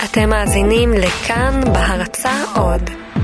אתם מאזינים לכאן בהרצה עוד.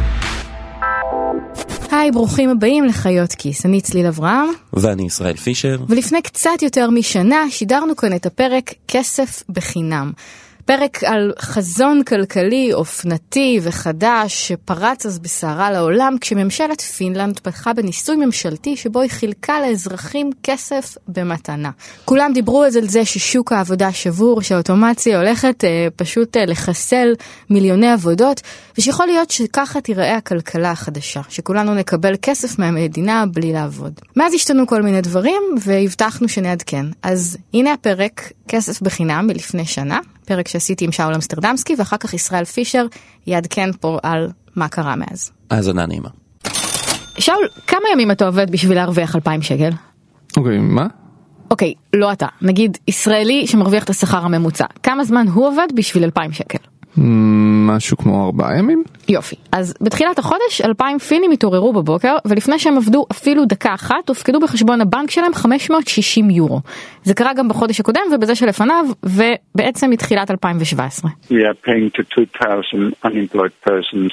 היי, ברוכים הבאים לחיות כיס. אני צליל אברהם. ואני ישראל פישר. ולפני קצת יותר משנה שידרנו כאן את הפרק כסף בחינם. פרק על חזון כלכלי, אופנתי וחדש שפרץ אז בסערה לעולם כשממשלת פינלנד פתחה בניסוי ממשלתי שבו היא חילקה לאזרחים כסף במתנה. כולם דיברו על זה ששוק העבודה שבור, שהאוטומציה הולכת פשוט לחסל מיליוני עבודות, ושיכול להיות שככה תיראה הכלכלה החדשה, שכולנו נקבל כסף מהמדינה בלי לעבוד. מאז השתנו כל מיני דברים והבטחנו שנעדכן. אז הנה הפרק כסף בחינם מלפני שנה. פרק שעשיתי עם שאול אמסטרדמסקי, ואחר כך ישראל פישר יעדכן פה על מה קרה מאז. האזנה נעימה. שאול, כמה ימים אתה עובד בשביל להרוויח 2,000 שקל? אוקיי, מה? אוקיי, לא אתה. נגיד ישראלי שמרוויח את השכר הממוצע. כמה זמן הוא עובד בשביל 2,000 שקל? משהו כמו 4 ימים? יופי. אז בתחילת החודש 2,000 פינים התעוררו בבוקר, ולפני שהם עבדו אפילו דקה אחת, הופקדו בחשבון הבנק שלהם 560 יורו. זה קרה גם בחודש הקודם ובזה שלפניו, ובעצם מתחילת 2017. We are paying to 2,000 unemployed persons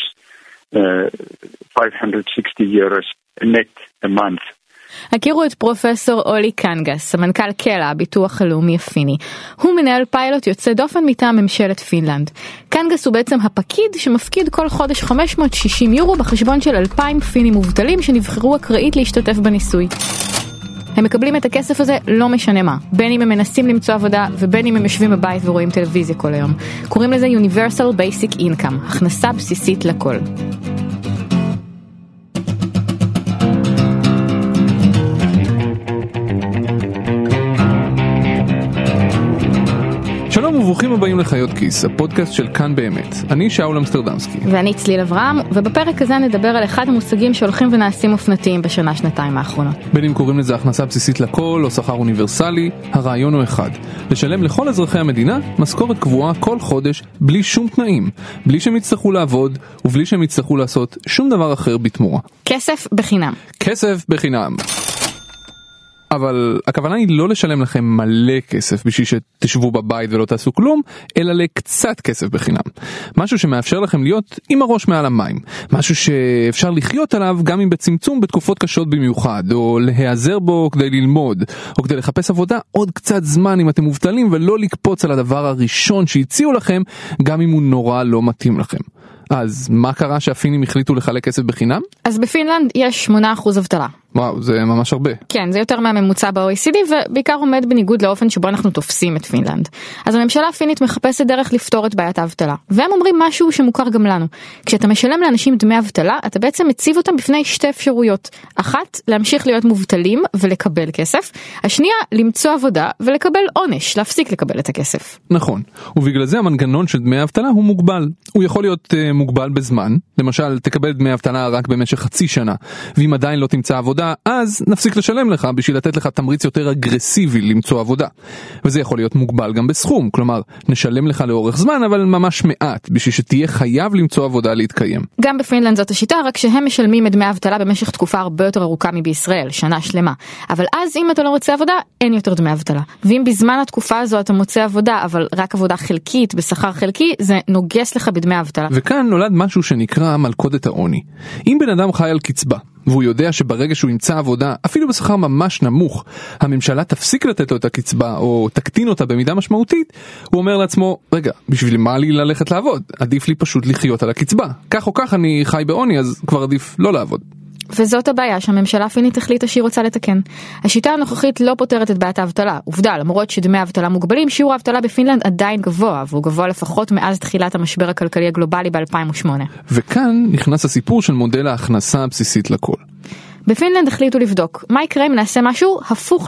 560 euros net a month. הכירו את פרופסור אולי קנגס, המנכ"ל קלה, הביטוח הלאומי הפיני. הוא מנהל פיילוט יוצא דופן מטעם ממשלת פינלנד. קנגס הוא בעצם הפקיד שמפקיד כל חודש 560 יורו בחשבון של 2,000 פינים מובטלים שנבחרו אקראית להשתתף בניסוי. הם מקבלים את הכסף הזה לא משנה מה, בין אם הם מנסים למצוא עבודה ובין אם הם יושבים בבית ורואים טלוויזיה כל היום. קוראים לזה Universal Basic Income, הכנסה בסיסית לכל. שלום וברוכים הבאים לחיות כיס, הפודקאסט של כאן באמת. אני שאול אמסטרדמסקי. ואני צליל אברהם, ובפרק הזה נדבר על אחד המושגים שהולכים ונעשים אופנתיים בשנה-שנתיים האחרונות. בין אם קוראים לזה הכנסה בסיסית לכל או שכר אוניברסלי, הרעיון הוא אחד. לשלם לכל אזרחי המדינה משכורת קבועה כל חודש בלי שום תנאים, בלי שהם יצטרכו לעבוד ובלי שהם יצטרכו לעשות שום דבר אחר בתמורה. כסף בחינם. כסף בחינם. אבל הכוונה היא לא לשלם לכם מלא כסף בשביל שתשבו בבית ולא תעשו כלום, אלא לקצת כסף בחינם. משהו שמאפשר לכם להיות עם הראש מעל המים. משהו שאפשר לחיות עליו גם אם בצמצום בתקופות קשות במיוחד, או להיעזר בו כדי ללמוד, או כדי לחפש עבודה עוד קצת זמן אם אתם מובטלים, ולא לקפוץ על הדבר הראשון שהציעו לכם, גם אם הוא נורא לא מתאים לכם. אז מה קרה שהפינים החליטו לחלק כסף בחינם? אז בפינלנד יש 8% אבטלה. וואו, זה ממש הרבה. כן, זה יותר מהממוצע ב-OECD, ובעיקר עומד בניגוד לאופן שבו אנחנו תופסים את פינלנד. אז הממשלה הפינית מחפשת דרך לפתור את בעיית האבטלה. והם אומרים משהו שמוכר גם לנו. כשאתה משלם לאנשים דמי אבטלה, אתה בעצם מציב אותם בפני שתי אפשרויות. אחת, להמשיך להיות מובטלים ולקבל כסף. השנייה, למצוא עבודה ולקבל עונש, להפסיק לקבל את הכסף. נכון. ובגלל זה המנגנון של דמי האבטלה הוא מוגבל. הוא יכול להיות מוגבל בזמן. למשל, תקבל דמי אבטלה רק במשך חצי שנה. ואם עדיין לא תמצא עבודה, אז נפסיק לשלם לך בשביל לתת לך תמריץ יותר אגרסיבי למצוא עבודה. וזה יכול להיות מוגבל גם בסכום, כלומר, נשלם לך לאורך זמן, אבל ממש מעט, בשביל שתהיה חייב למצוא עבודה להתקיים. גם בפינלנד זאת השיטה, רק שהם משלמים את דמי האבטלה במשך תקופה הרבה יותר ארוכה מבישראל, שנה שלמה. אבל אז אם אתה לא רוצה עבודה, אין יותר דמי אבטלה. ואם בזמן התקופה הזו אתה מוצא עבודה, אבל רק עבודה חלקית, בשכר חלקי, זה נוגס לך בדמי האבטלה. וכאן נולד משהו שנקרא מלכודת העוני. אם בן אדם חי על קצבה, והוא יודע שברגע שהוא ימצא עבודה, אפילו בשכר ממש נמוך, הממשלה תפסיק לתת לו את הקצבה או תקטין אותה במידה משמעותית, הוא אומר לעצמו, רגע, בשביל מה לי ללכת לעבוד? עדיף לי פשוט לחיות על הקצבה. כך או כך אני חי בעוני, אז כבר עדיף לא לעבוד. וזאת הבעיה שהממשלה הפינית החליטה שהיא רוצה לתקן. השיטה הנוכחית לא פותרת את בעיית האבטלה. עובדה, למרות שדמי האבטלה מוגבלים, שיעור האבטלה בפינלנד עדיין גבוה, והוא גבוה לפחות מאז תחילת המשבר הכלכלי הגלובלי ב-2008. וכאן נכנס הסיפור של מודל ההכנסה הבסיסית לכל. בפינלנד החליטו לבדוק מה יקרה אם נעשה משהו הפוך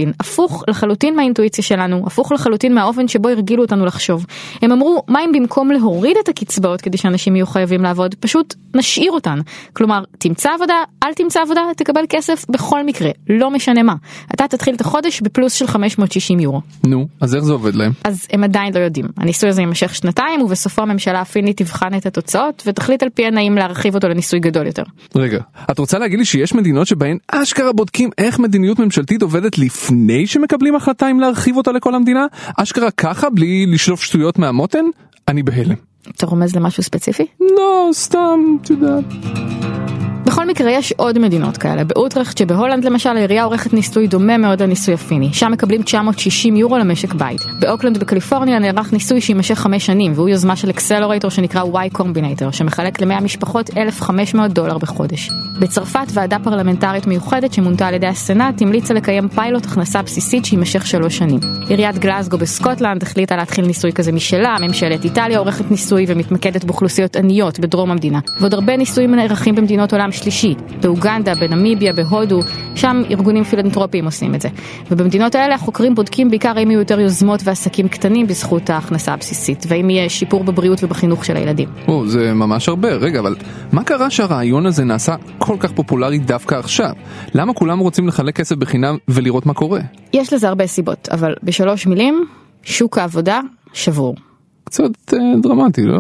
לחלוטין מהאינטואיציה שלנו, הפוך לחלוטין מהאופן שבו הרגילו אותנו לחשוב. הם אמרו, מה אם במקום להוריד את הקצבאות כדי שאנשים יהיו חייבים לעבוד, פשוט נשאיר אותן. כלומר, תמצא עבודה, אל תמצא עבודה, תקבל כסף בכל מקרה, לא משנה מה. אתה תתחיל את החודש בפלוס של 560 יורו. נו, אז איך זה עובד להם? אז הם עדיין לא יודעים. הניסוי הזה יימשך 2 ובסופו הממשלה הפינית תבחן את התוצאות ותחליט על פי הנעים להרחיב אותו לניסוי גדול יותר. רגע, את רוצה להגיד לי שיש מדינות שבהן אשכרה בודקים איך מדיניות ממשלתית עובדת לפני שמקבלים החלטה אם להרחיב אותה לכל המדינה? אשכרה ככה בלי לשלוף שטויות מהמותן? אני בהלם. אתה רומז למשהו ספציפי? לא, סתם, תדע. בכל מקרה יש עוד מדינות כאלה. באוטרחט שבהולנד למשל העירייה עורכת ניסוי דומה מאוד לניסוי הפיני. שם מקבלים 960 יורו למשק בית. באוקלנד בקליפורניה נערך ניסוי שימשך 5 שנים, והוא יוזמה של אקסלורייטור שנקרא Y Combinator, שמחלק ל100 משפחות $1,500 בחודש. בצרפת ועדה פרלמנטרית מיוחדת שמונתה על ידי הסנאט המליצה לקיים פיילוט הכנסה בסיסית שימשך 3 שנים. עיריית גלאזגו בסקוטלנד החליטה להתחיל ניסוי כזה משלה. ממשלת איטליה עורכת ניסוי ומתמקדת באוכלוסיות עניות בדרום המדינה. ועוד הרבה ניסויים נערכים במדינות עולם שלישי, באוגנדה, בנמיביה, בהודו, שם ארגונים פילנתרופיים עושים את זה. ובמדינות האלה החוקרים בודקים בעיקר האם יהיו יותר יוזמות ועסקים קטנים בזכות ההכנסה הבסיסית, והאם יהיה שיפור בבריאות ובחינוך של הילדים. זה ממש הרבה. רגע, אבל מה קרה שהרעיון הזה נעשה כל כך פופולרי דווקא עכשיו? למה כולם רוצים לחלק כסף בחינם ולראות מה קורה? יש לזה הרבה סיבות, אבל ב3 מילים, שוק העבודה שבור. קצת דרמטי, לא?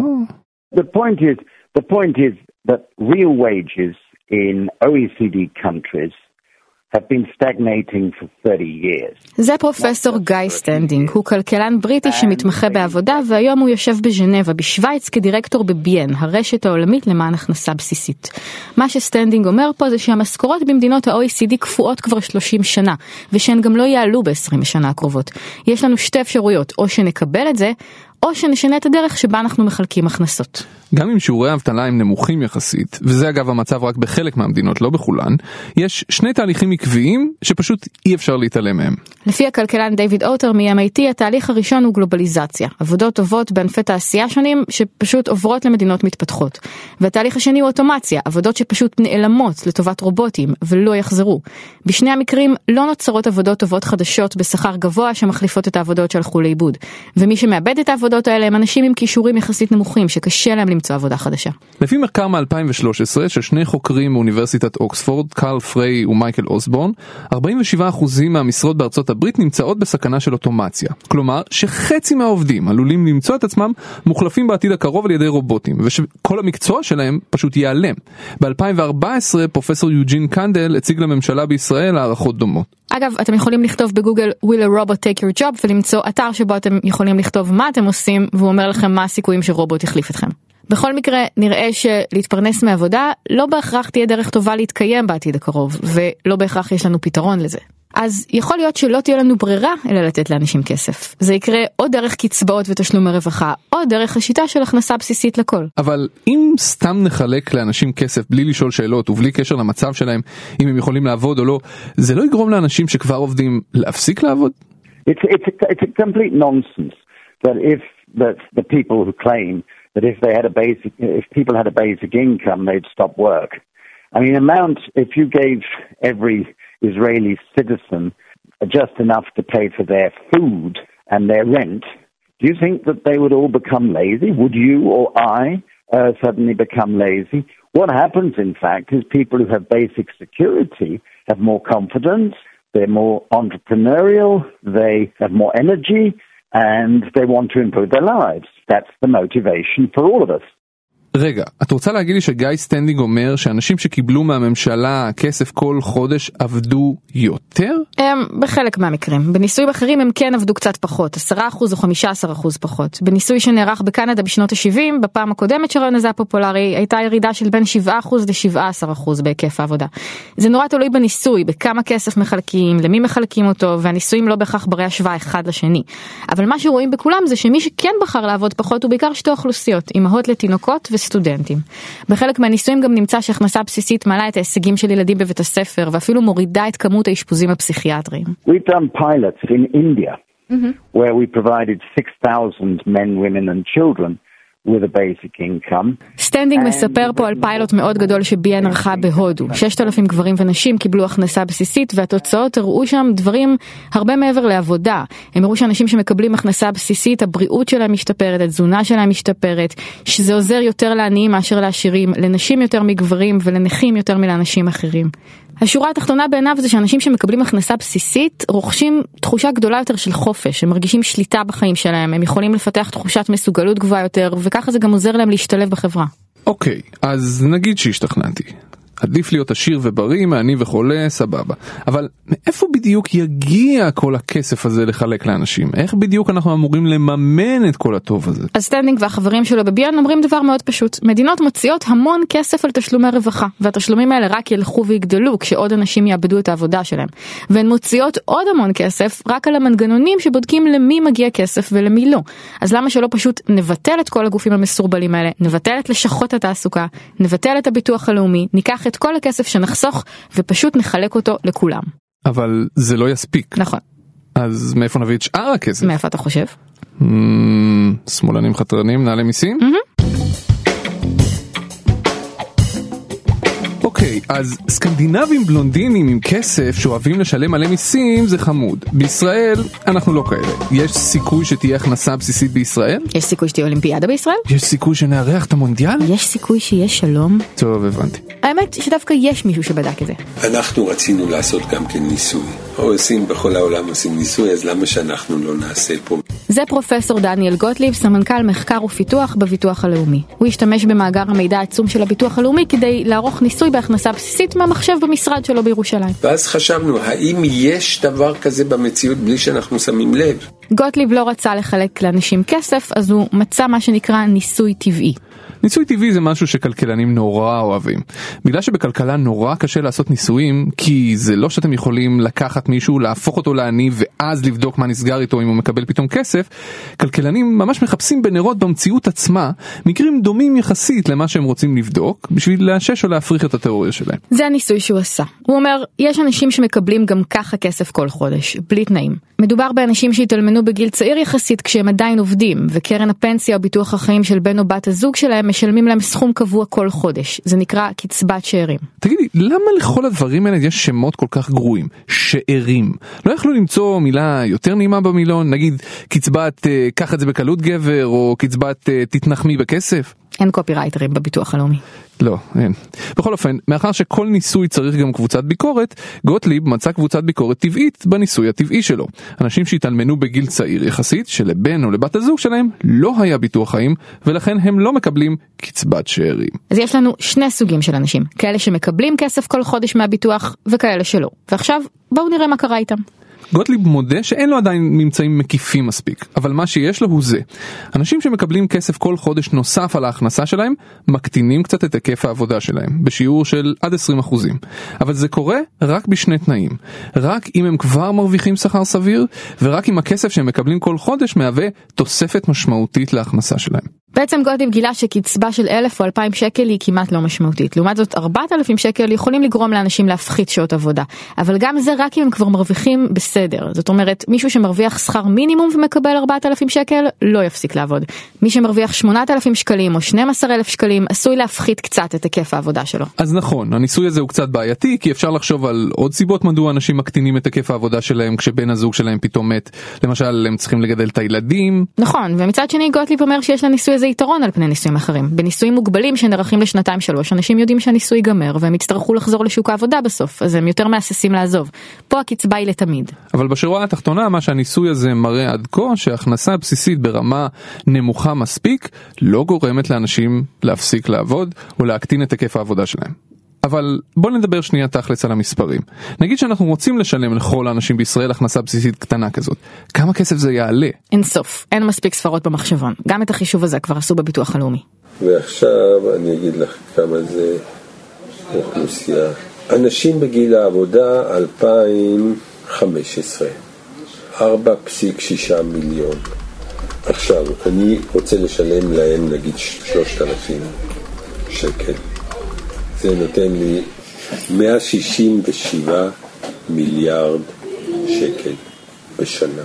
The point is that real wages in OECD countries have been stagnating for 30 years. זה פרופסור גיא סטנדינג, הוא כלכלן בריטי שמתמחה בעבודה, והיום הוא יושב בז'נבה בשוויץ כדירקטור בביין, הרשת העולמית למען הכנסה בסיסית. מה שסטנדינג אומר פה זה שהמשכורות במדינות ה-OECD קפואות כבר 30 שנה, ושהן גם לא יעלו ב-20 השנה הקרובות. יש לנו 2 אפשרויות, או שנקבל את זה, או שנשנה את הדרך שבה אנחנו מחלקים הכנסות. גם אם שיעורי האבטלה הם נמוכים יחסית, וזה אגב המצב רק בחלק מהמדינות, לא בכולן, יש 2 תהליכים עקביים שפשוט אי אפשר להתעלם מהם. לפי הכלכלן דיוויד אוטר מ-MIT, התהליך הראשון הוא גלובליזציה. עבודות טובות בענפי תעשייה שונים שפשוט עוברות למדינות מתפתחות. והתהליך השני הוא אוטומציה, עבודות שפשוט נעלמות לטובת רובוטים ולא יחזרו. בשני המקרים לא נוצרות עבודות טובות חדשות בשכר גבוה שמחליפות את העבודות שהלכו לאיבוד. ומי שמאבד את העבודות האלה הם אנשים עם כישורים יחסית נמוכים שקשה להם למצוא עבודה חדשה. לפי מחקר מ-2013 של 2 חוקרים מאוניברסיטת אוקספורד, קרל פריי ומייקל אוסבורן, 47% מהמשרות בארצות הברית נמצאות בסכנה של אוטומציה. כלומר, שחצי מהעובדים עלולים למצוא את עצמם מוחלפים בעתיד הקרוב על ידי רובוטים, ושכל המקצוע שלהם פשוט ייעלם. ב-2014 פרופסור יוג'ין קנדל הציג לממשלה בישראל הערכות דומות. אגב, אתם יכולים לכתוב בגוגל Will a robot take your job ולמצוא אתר שבו אתם יכולים לכתוב מה אתם עושים, והוא אומר לכם מה הסיכויים שרובוט יחליף אתכם. בכל מקרה, נראה שלהתפרנס מעבודה לא בהכרח תהיה דרך טובה להתקיים בעתיד הקרוב, ולא בהכרח יש לנו פתרון לזה. אז יכול להיות שלא תהיה לנו ברירה אלא לתת לאנשים כסף. זה יקרה או דרך קצבאות ותשלומי רווחה, או דרך השיטה של הכנסה בסיסית לכל. אבל אם סתם נחלק לאנשים כסף בלי לשאול שאלות ובלי קשר למצב שלהם, אם הם יכולים לעבוד או לא, זה לא יגרום לאנשים שכבר עובדים להפסיק לעבוד? It's a complete nonsense that if the people who claim that if people had a basic income, they'd stop work. I mean, if you gave every Israeli citizen just enough to pay for their food and their rent, do you think that they would all become lazy? Would you or I suddenly become lazy? What happens, in fact, is people who have basic security have more confidence, they're more entrepreneurial, they have more energy, and they want to improve their lives. That's the motivation for all of us. רגע, את רוצה להגיד לי שגיא סטנדינג אומר שאנשים שקיבלו מהממשלה כסף כל חודש עבדו יותר? בחלק מהמקרים. בניסויים אחרים הם כן עבדו קצת פחות, 10% או 15% פחות. בניסוי שנערך בקנדה בשנות ה-70, בפעם הקודמת שהרעיון הזה הפופולרי, הייתה ירידה של בין 7% ל-17% בהיקף העבודה. זה נורא תלוי בניסוי, בכמה כסף מחלקים, למי מחלקים אותו, והניסויים לא בהכרח ברי השוואה אחד לשני. אבל מה שרואים בכולם זה שמי שכן בחר לעבוד פחות הוא בעיקר 2 אוכלוסיות, אימהות לתינוקות וסטודנטים. בחלק מהניסויים גם נמצא שהכנסה בסיסית מעלה את ההישגים של ילדים בבית הספר, ואפילו מורידה את כמות האשפוזים הפסיכיאטריים. We've done pilots in India, where we provided 6,000 men, women and children with a basic income. סטנדינג מספר פה על פיילוט מאוד גדול שביין ערכה בהודו. 6,000 גברים ונשים קיבלו הכנסה בסיסית, והתוצאות הראו שם דברים הרבה מעבר לעבודה. הם הראו שאנשים שמקבלים הכנסה בסיסית, הבריאות שלהם משתפרת, התזונה שלהם משתפרת, שזה עוזר יותר לעניים מאשר לעשירים, לנשים יותר מגברים ולנכים יותר מלאנשים אחרים. השורה התחתונה בעיניו זה שאנשים שמקבלים הכנסה בסיסית רוכשים תחושה גדולה יותר של חופש, הם מרגישים שליטה בחיים שלהם, הם יכולים לפתח תחושת מסוגלות גבוהה יותר, וככה זה גם עוזר להם להשתלב בחברה. אוקיי, אז נגיד שהשתכנעתי. עדיף להיות עשיר ובריא, מעני וחולה, סבבה. אבל מאיפה בדיוק יגיע כל הכסף הזה לחלק לאנשים? איך בדיוק אנחנו אמורים לממן את כל הטוב הזה? אז סטנדינג והחברים שלו בביון אומרים דבר מאוד פשוט. מדינות מוציאות המון כסף על תשלומי רווחה, והתשלומים האלה רק ילכו ויגדלו כשעוד אנשים יאבדו את העבודה שלהם. והן מוציאות עוד המון כסף רק על המנגנונים שבודקים למי מגיע כסף ולמי לא. אז למה שלא פשוט נבטל את כל הגופים המסורבלים האלה, נבטל את לשכות התעסוקה, נבטל את הביטוח הלאומי, ניקח את כל הכסף שנחסוך ופשוט נחלק אותו לכולם. אבל זה לא יספיק. נכון. אז מאיפה נביא את שאר הכסף? מאיפה אתה חושב? שמאלנים חתרנים, נעלי מיסים? אוקיי, אז סקנדינבים בלונדינים עם כסף שאוהבים לשלם מלא מיסים זה חמוד. בישראל אנחנו לא כאלה. יש סיכוי שתהיה הכנסה בסיסית בישראל? יש סיכוי שתהיה אולימפיאדה בישראל? יש סיכוי שנארח את המונדיאל? יש סיכוי שיש שלום? טוב, הבנתי. האמת שדווקא יש מישהו שבדק את זה. אנחנו רצינו לעשות גם כן ניסוי. עושים בכל העולם עושים ניסוי, אז למה שאנחנו לא נעשה פה? זה פרופסור דניאל גוטליב, סמנכ"ל מחקר ופיתוח בביטוח הלאומי. הוא השתמש במאגר המידע העצום של הביטוח הלאומי כדי לערוך ניסוי בהכנסה בסיסית מהמחשב במשרד שלו בירושלים. ואז חשבנו, האם יש דבר כזה במציאות בלי שאנחנו שמים לב? גוטליב לא רצה לחלק לאנשים כסף, אז הוא מצא מה שנקרא ניסוי טבעי. ניסוי טבעי זה משהו שכלכלנים נורא אוהבים. בגלל שבכלכלה נורא קשה לעשות ניסויים, כי זה לא שאתם יכולים לקחת מישהו, להפוך אותו לעני ואז לבדוק מה נסגר איתו אם הוא מקבל פתאום כסף, כלכלנים ממש מחפשים בנרות במציאות עצמה מקרים דומים יחסית למה שהם רוצים לבדוק, בשביל לאשש או להפריך את התיאוריה שלהם. זה הניסוי שהוא עשה. הוא אומר, יש אנשים שמקבלים גם ככה כסף כל חודש, בלי תנאים. מדובר באנשים שהתאלמנו בגיל צעיר יחסית כשהם עדיין עובדים, וקרן הפנסיה או ביטוח החיים של בן או בת הזוג שלהם משלמים להם סכום קבוע כל חודש. זה נקרא קצבת שאירים. תגידי, למה לכל הדברים האלה יש שמות כל כך גרועים? שאירים. לא יכלו למצוא מילה יותר נעימה במילון? נגיד קצבת קח את זה בקלות גבר, או קצבת תתנחמי בכסף? אין קופירייטרים בביטוח הלאומי. לא, אין. בכל אופן, מאחר שכל ניסוי צריך גם קבוצת ביקורת, גוטליב מצא קבוצת ביקורת טבעית בניסוי הטבעי שלו. אנשים שהתאלמנו בגיל צעיר יחסית, שלבן או לבת הזוג שלהם לא היה ביטוח חיים, ולכן הם לא מקבלים קצבת שאירים. אז יש לנו שני סוגים של אנשים, כאלה שמקבלים כסף כל חודש מהביטוח, וכאלה שלא. ועכשיו, בואו נראה מה קרה איתם. גוטליב מודה שאין לו עדיין ממצאים מקיפים מספיק, אבל מה שיש לו הוא זה. אנשים שמקבלים כסף כל חודש נוסף על ההכנסה שלהם, מקטינים קצת את היקף העבודה שלהם, בשיעור של עד 20%. אבל זה קורה רק בשני תנאים. רק אם הם כבר מרוויחים שכר סביר, ורק אם הכסף שהם מקבלים כל חודש מהווה תוספת משמעותית להכנסה שלהם. בעצם גוטליב גילה שקצבה של 1,000 או 2,000 שקל היא כמעט לא משמעותית. לעומת זאת 4,000 שקל יכולים לגרום לאנשים להפחית שעות עבודה. אבל גם זה רק אם הם כבר מרוויחים בסדר. זאת אומרת, מישהו שמרוויח שכר מינימום ומקבל 4,000 שקל לא יפסיק לעבוד. מי שמרוויח 8,000 שקלים או 12,000 שקלים עשוי להפחית קצת את היקף העבודה שלו. אז נכון, הניסוי הזה הוא קצת בעייתי, כי אפשר לחשוב על עוד סיבות מדוע אנשים מקטינים את היקף העבודה שלהם כשבן הזוג שלהם פתאום מת. למשל, הם צריכים לגדל את הילדים. נכון, ומצד שני גוטליב אומר שיש לניסוי הזה יתרון על פני ניסויים אחרים. בניסויים מוגבלים שנערכים לשנתיים-שלוש, אנשים יודעים שהניסוי ייגמר והם יצטרכו לחזור לשוק העבודה בסוף, אז הם יותר מהססים לעזוב. פה הקצבה היא לתמיד. אבל בשורה התחתונה, מה שהניסוי הזה מראה עד כה, שההכנסה הבסיסית ברמה נמוכה מספיק, לא גורמת לאנשים להפסיק לעבוד או להקטין את היקף העבודה שלהם. אבל בוא נדבר שנייה תכלס על המספרים. נגיד שאנחנו רוצים לשלם לכל האנשים בישראל הכנסה בסיסית קטנה כזאת. כמה כסף זה יעלה? אין סוף. אין מספיק ספרות במחשבון. גם את החישוב הזה כבר עשו בביטוח הלאומי. ועכשיו אני אגיד לך כמה זה אוכלוסייה. אנשים בגיל העבודה 2015. 4.6 מיליון. עכשיו, אני רוצה לשלם להם נגיד 3,000 שקל. זה נותן לי 167 מיליארד שקל בשנה.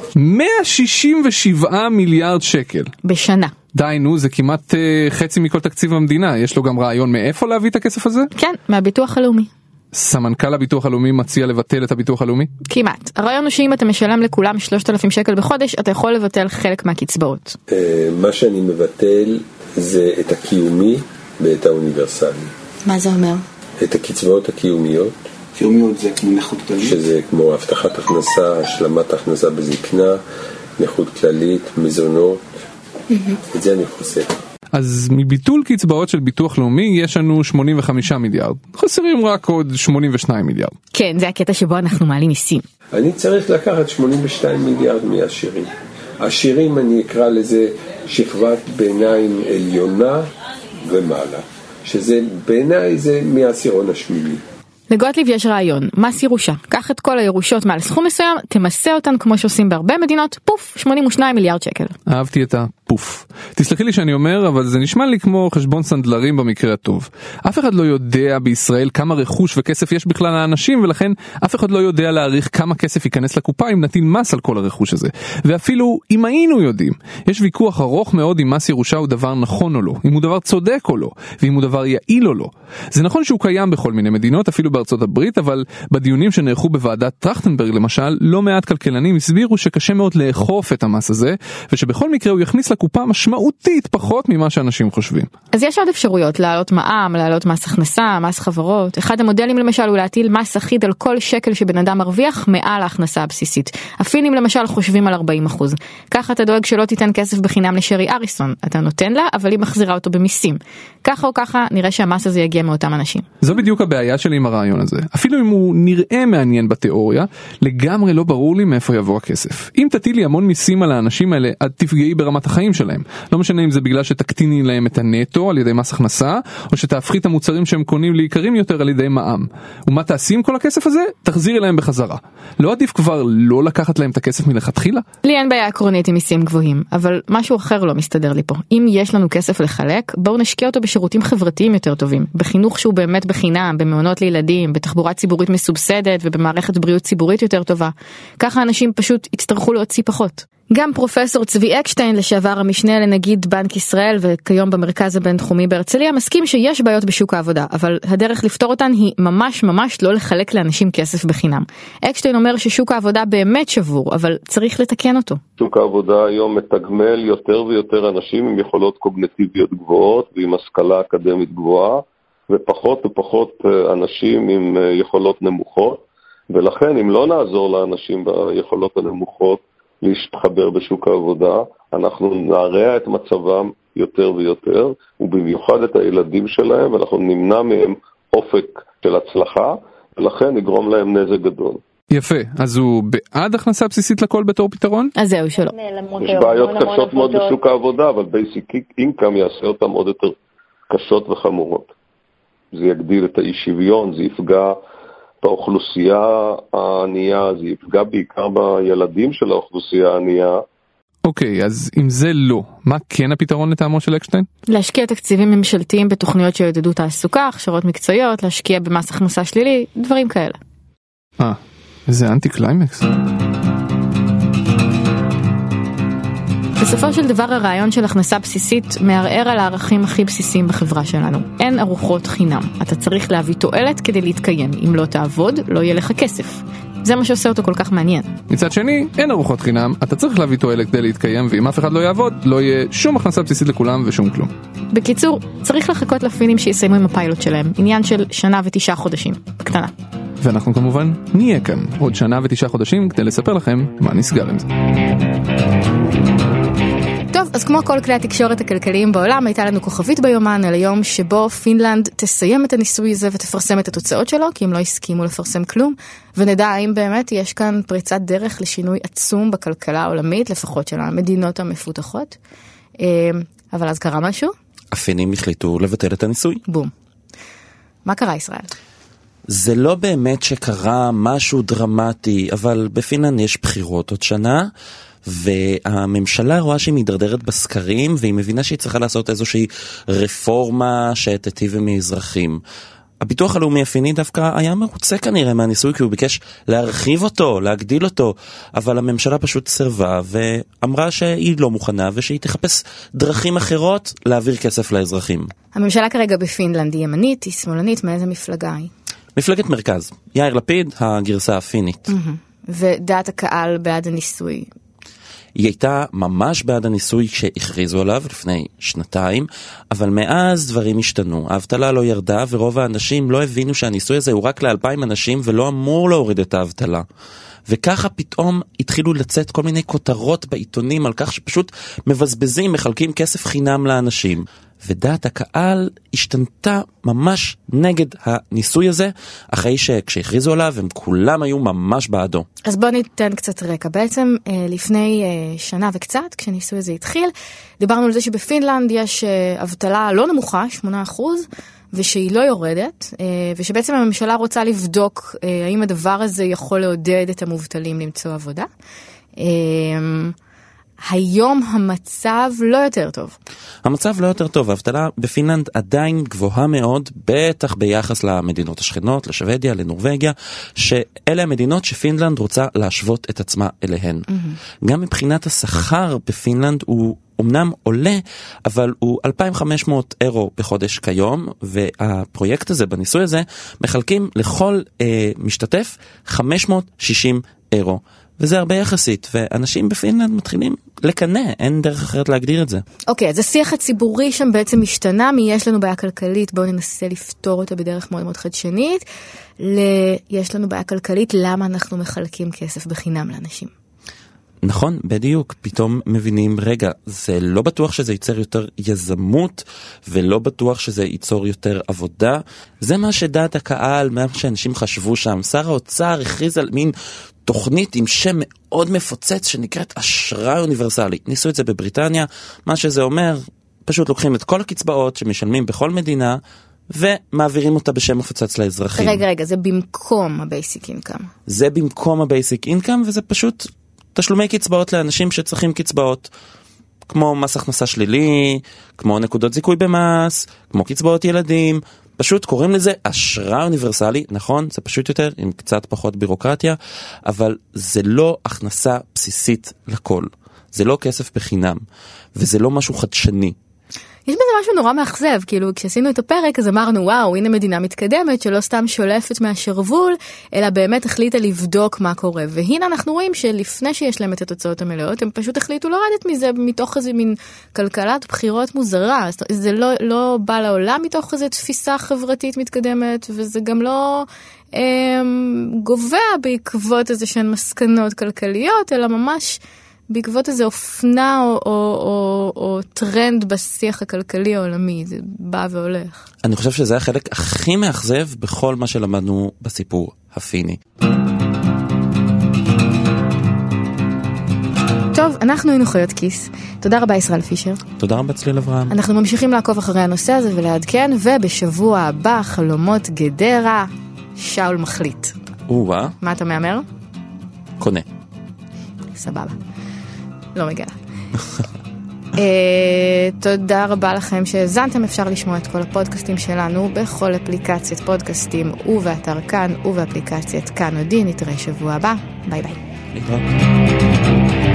167 מיליארד שקל? בשנה. די, נו, זה כמעט חצי מכל תקציב המדינה. יש לו גם רעיון מאיפה להביא את הכסף הזה? כן, מהביטוח הלאומי. סמנכ"ל הביטוח הלאומי מציע לבטל את הביטוח הלאומי? כמעט. הרעיון הוא שאם אתה משלם לכולם 3,000 שקל בחודש, אתה יכול לבטל חלק מהקצבאות. מה שאני מבטל זה את הקיומי ואת האוניברסלי. מה זה אומר? את הקצבאות הקיומיות. קיומיות זה כמו נכות כללית? שזה כמו הבטחת הכנסה, השלמת הכנסה בזקנה, נכות כללית, מזונות. את זה אני חוסך. אז מביטול קצבאות של ביטוח לאומי יש לנו 85 מיליארד. חסרים רק עוד 82 מיליארד. כן, זה הקטע שבו אנחנו מעלים מיסים. אני צריך לקחת 82 מיליארד מהעשירים. העשירים אני אקרא לזה שכבת ביניים עליונה ומעלה, שזה בעיניי זה מהעשירון השמיני. לגוטליב יש רעיון, מס ירושה. קח את כל הירושות מעל סכום מסוים, תמסה אותן כמו שעושים בהרבה מדינות, פוף, 82 מיליארד שקל. אהבתי את הפוף. תסלחי לי שאני אומר, אבל זה נשמע לי כמו חשבון סנדלרים במקרה הטוב. אף אחד לא יודע בישראל כמה רכוש וכסף יש בכלל לאנשים, ולכן אף אחד לא יודע להעריך כמה כסף ייכנס לקופה אם נטיל מס על כל הרכוש הזה. ואפילו אם היינו יודעים, יש ויכוח ארוך מאוד אם מס ירושה הוא דבר נכון או לא, אם הוא דבר צודק או לא, ואם הוא דבר יעיל או לא. זה נכון שהוא קיים בכל מיני מדינות, אפילו בארצות הברית, אבל בדיונים שנערכו בוועדת טרכטנברג למשל, לא מעט כלכלנים הסבירו שקשה מאוד לאכוף את המס הזה, ושבכל מקרה הוא יכניס לקופה משמעותית פחות ממה שאנשים חושבים. אז יש עוד אפשרויות, להעלות מע"מ, להעלות מס הכנסה, מס חברות. אחד המודלים למשל הוא להטיל מס אחיד על כל שקל שבן אדם מרוויח מעל ההכנסה הבסיסית. הפינים למשל חושבים על 40%. ככה אתה דואג שלא תיתן כסף בחינם לשרי אריסון. אתה נותן לה, אבל היא מחזירה אותו במיסים. ככה או ככה נראה שהמס הזה יגיע מאותם אנשים. זו בדיוק הבעיה שלי עם הרעיון הזה. אפילו אם הוא נראה מעניין בתיאוריה, לגמרי לא ברור לי מאיפה יבוא הכסף. אם תטילי המון מיסים על האנשים האלה, את תפגעי ברמת החיים שלהם. לא משנה אם זה בגלל שתקטיני להם את הנטו על ידי מס הכנסה, או שתהפכי את המוצרים שהם קונים לעיקרים יותר על ידי מע"מ. ומה תעשי עם כל הכסף הזה? תחזירי להם בחזרה. לא עדיף כבר לא לקחת להם את הכסף מלכתחילה? לי אין בעיה עקרונית עם מיסים גבוהים, אבל משהו אחר לא מסתדר לי פה. אם יש לנו כסף לחלק, בואו נשקיע אותו בשירותים חברתיים יותר טובים, בחינוך שהוא באמת בחינם, במעונות לילדים, בתחבורה ציבורית מסובסדת ובמערכת בריאות ציבורית יותר טובה. ככה אנשים פשוט יצטרכו להוציא פחות. גם פרופסור צבי אקשטיין, לשעבר המשנה לנגיד בנק ישראל וכיום במרכז הבינתחומי בהרצליה, מסכים שיש בעיות בשוק העבודה, אבל הדרך לפתור אותן היא ממש לא לחלק לאנשים כסף בחינם. אקשטיין אומר ששוק העבודה באמת שבור, אבל צריך לתקן אותו. שוק העבודה היום מתגמל יותר ויותר אנשים עם יכולות קוגניטיביות גבוהות ועם השכלה אקדמית גבוהה, ופחות ופחות אנשים עם יכולות נמוכות, ולכן אם לא נעזור לאנשים ביכולות הנמוכות להשתחבר בשוק העבודה, אנחנו נערע את מצבם יותר ויותר, ובמיוחד את הילדים שלהם, ואנחנו נמנע מהם אופק של הצלחה, ולכן נגרום להם נזק גדול. יפה, אז הוא בעד הכנסה בסיסית לכל בתור פתרון? אז זהו שלא. יש בעיות קשות מאוד בשוק העבודה, אבל basic income יעשה אותם עוד יותר קשות וחמורות. זה יגדיל את האי שוויון, זה יפגע באוכלוסייה הענייה, זה יפגע בעיקר בילדים של האוכלוסייה הענייה. אוקיי, אז אם זה לא, מה כן הפתרון לטעמו של אקשטיין? להשקיע תקציבים ממשלתיים בתוכניות שיעודדו תעסוקה, הכשרות מקצועיות, להשקיע במס הכנסה שלילי, דברים כאלה. איזה אנטי קליימקס. בסופו של דבר הרעיון של הכנסה בסיסית מערער על הערכים הכי בסיסיים בחברה שלנו. אין ארוחות חינם. אתה צריך להביא תועלת כדי להתקיים. אם לא תעבוד, לא יהיה לך כסף. זה מה שעושה אותו כל כך מעניין. מצד שני, אין ארוחות חינם, אתה צריך להביא תועלת כדי להתקיים, ואם אף אחד לא יעבוד, לא יהיה שום הכנסה בסיסית לכולם ושום כלום. בקיצור, צריך לחכות לפינים שיסיימו עם הפיילוט שלהם. עניין של 1 חודשים. בקטנה. ואנחנו כמובן נהיה כאן עוד 1 חודשים כדי לספר לכם מה נסגר עם זה. טוב, אז כמו כל כלי התקשורת הכלכליים בעולם, הייתה לנו כוכבית ביומן על היום שבו פינלנד תסיים את הניסוי הזה ותפרסם את התוצאות שלו, כי הם לא הסכימו לפרסם כלום, ונדע האם באמת יש כאן פריצת דרך לשינוי עצום בכלכלה העולמית, לפחות של המדינות המפותחות. אבל אז קרה משהו? הפינים החליטו לבטל את הניסוי. בום. מה קרה ישראל? זה לא באמת שקרה משהו דרמטי, אבל בפינלנד יש בחירות עוד שנה, והממשלה רואה שהיא מדרדרת בסקרים, והיא מבינה שהיא צריכה לעשות איזושהי רפורמה שתיטיב עם האזרחים. הביטוח הלאומי הפיני דווקא היה מרוצה כנראה מהניסוי, כי הוא ביקש להרחיב אותו, להגדיל אותו, אבל הממשלה פשוט סרבה, ואמרה שהיא לא מוכנה, ושהיא תחפש דרכים אחרות להעביר כסף לאזרחים. הממשלה כרגע בפינלנד היא ימנית, היא שמאלנית, מאיזה מפלגה היא? מפלגת מרכז. יאיר לפיד, הגרסה הפינית. ודעת הקהל בעד הניסוי? היא הייתה ממש בעד הניסוי שהכריזו עליו לפני 2, אבל מאז דברים השתנו. האבטלה לא ירדה, ורוב האנשים לא הבינו שהניסוי הזה הוא רק ל2,000 אנשים ולא אמור להוריד את האבטלה. וככה פתאום התחילו לצאת כל מיני כותרות בעיתונים על כך שפשוט מבזבזים, מחלקים כסף חינם לאנשים. ודעת הקהל השתנתה ממש נגד הניסוי הזה, אחרי שכשהכריזו עליו הם כולם היו ממש בעדו. אז בוא ניתן קצת רקע. בעצם לפני שנה וקצת, כשהניסוי הזה התחיל, דיברנו על זה שבפינלנד יש אבטלה לא נמוכה, 8%, ושהיא לא יורדת, ושבעצם הממשלה רוצה לבדוק האם הדבר הזה יכול לעודד את המובטלים למצוא עבודה. היום המצב לא יותר טוב. המצב לא יותר טוב. האבטלה בפינלנד עדיין גבוהה מאוד, בטח ביחס למדינות השכנות, לשוודיה, לנורווגיה, שאלה המדינות שפינלנד רוצה להשוות את עצמה אליהן. גם מבחינת השכר בפינלנד הוא אמנם עולה, אבל הוא 2,500 אירו בחודש כיום, והפרויקט הזה, בניסוי הזה, מחלקים לכל משתתף 560 אירו. וזה הרבה יחסית, ואנשים בפינלנד מתחילים לקנא, אין דרך אחרת להגדיר את זה. אוקיי, אז השיח הציבורי שם בעצם השתנה, יש לנו בעיה כלכלית, בואו ננסה לפתור אותה בדרך מאוד מאוד חדשנית, יש לנו בעיה כלכלית, למה אנחנו מחלקים כסף בחינם לאנשים? נכון, בדיוק, פתאום מבינים, רגע, זה לא בטוח שזה ייצר יותר יזמות, ולא בטוח שזה ייצור יותר עבודה, זה מה שדעת הקהל, מה שאנשים חשבו שם, שר האוצר הכריז על מין תוכנית עם שם מאוד מפוצץ שנקראת אשראי אוניברסלי. ניסו את זה בבריטניה, מה שזה אומר, פשוט לוקחים את כל הקצבאות שמשלמים בכל מדינה, ומעבירים אותה בשם מפוצץ לאזרחים. רגע, זה במקום הבייסיק אינקאם. זה במקום הבייסיק אינקאם, וזה פשוט תשלומי קצבאות לאנשים שצריכים קצבאות, כמו מס הכנסה שלילי, כמו נקודות זיכוי במס, כמו קצבאות ילדים, פשוט קוראים לזה אשראי אוניברסלי, נכון? זה פשוט יותר, עם קצת פחות בירוקרטיה, אבל זה לא הכנסה בסיסית לכל. זה לא כסף בחינם, וזה לא משהו חדשני. יש בזה משהו נורא מאכזב, כאילו כשעשינו את הפרק אז אמרנו וואו, הנה מדינה מתקדמת שלא סתם שולפת מהשרוול, אלא באמת החליטה לבדוק מה קורה. והנה אנחנו רואים שלפני שיש להם את התוצאות המלאות, הם פשוט החליטו לרדת מזה מתוך איזה מין כלכלת בחירות מוזרה. זה לא בא לעולם מתוך איזו תפיסה חברתית מתקדמת, וזה גם לא גובע בעקבות איזה שהן מסקנות כלכליות, אלא ממש בעקבות איזו אופנה או טרנד בשיח הכלכלי העולמי, זה בא והולך. אני חושב שזה החלק הכי מאכזב בכל מה שלמדנו בסיפור הפיני. טוב, אנחנו היינו חיות כיס. תודה רבה ישראל פישר. תודה רבה צליל אברהם. אנחנו ממשיכים לעקוב אחרי הנושא הזה ולעדכן, ובשבוע הבא חלומות גדרה, שאול מחליט. וואה. מה אתה מאמר? קונה. סבבה. לא מגיע. תודה רבה לכם שהזנתם, אפשר לשמוע את כל הפודקאסטים שלנו בכל אפליקציית פודקאסטים ובאתר כאן ובאפליקציית כאן עודי. נתראה שבוע הבא, ביי ביי. להתראות.